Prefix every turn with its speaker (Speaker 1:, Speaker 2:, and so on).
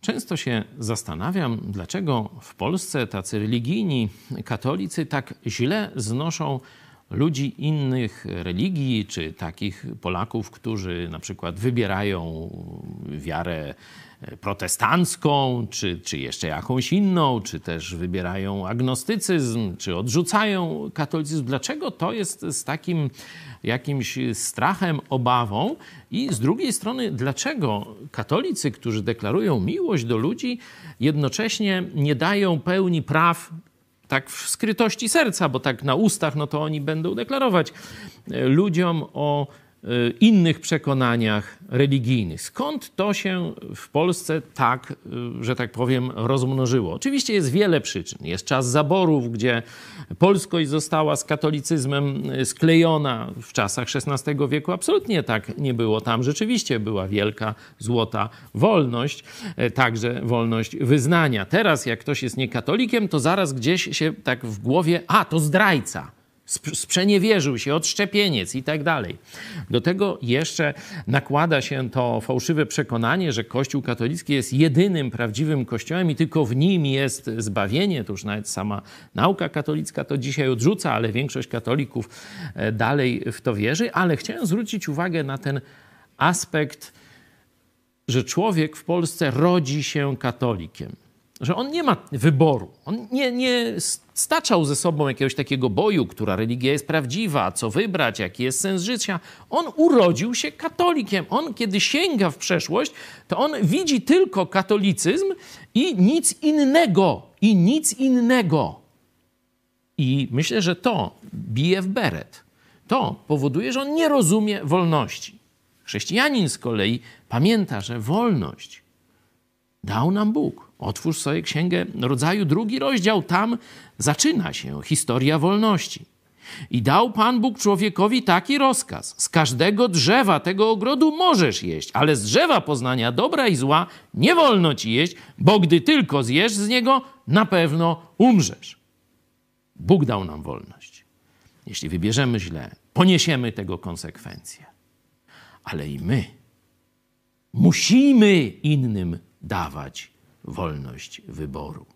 Speaker 1: Często się zastanawiam, dlaczego w Polsce tacy religijni katolicy tak źle znoszą ludzi innych religii, czy takich Polaków, którzy na przykład wybierają wiarę protestancką, czy jeszcze jakąś inną, czy też wybierają agnostycyzm, czy odrzucają katolicyzm. Dlaczego to jest z takim jakimś strachem, obawą? I z drugiej strony, dlaczego katolicy, którzy deklarują miłość do ludzi, jednocześnie nie dają pełni praw tak w skrytości serca, bo tak na ustach, no to oni będą deklarować ludziom o innych przekonaniach religijnych. Skąd to się w Polsce tak, że tak powiem, rozmnożyło? Oczywiście jest wiele przyczyn. Jest czas zaborów, gdzie polskość została z katolicyzmem sklejona w czasach XVI wieku. Absolutnie tak nie było. Tam rzeczywiście była wielka, złota wolność, także wolność wyznania. Teraz jak ktoś jest niekatolikiem, to zaraz gdzieś się tak w głowie, to zdrajca. Sprzeniewierzył się, odszczepieniec i tak dalej. Do tego jeszcze nakłada się to fałszywe przekonanie, że Kościół katolicki jest jedynym prawdziwym kościołem i tylko w nim jest zbawienie. To już nawet sama nauka katolicka to dzisiaj odrzuca, ale większość katolików dalej w to wierzy. Ale chciałem zwrócić uwagę na ten aspekt, że człowiek w Polsce rodzi się katolikiem. Że on nie ma wyboru. On nie staczał ze sobą jakiegoś takiego boju, która religia jest prawdziwa, co wybrać, jaki jest sens życia. On urodził się katolikiem. On, kiedy sięga w przeszłość, to on widzi tylko katolicyzm i nic innego. I nic innego. I myślę, że to bije w beret. To powoduje, że on nie rozumie wolności. Chrześcijanin z kolei pamięta, że wolność dał nam Bóg. Otwórz sobie Księgę Rodzaju, 2 rozdział. Tam zaczyna się historia wolności. I dał Pan Bóg człowiekowi taki rozkaz. Z każdego drzewa tego ogrodu możesz jeść, ale z drzewa poznania dobra i zła nie wolno ci jeść, bo gdy tylko zjesz z niego, na pewno umrzesz. Bóg dał nam wolność. Jeśli wybierzemy źle, poniesiemy tego konsekwencje. Ale i my musimy innym dawać wolność wyboru.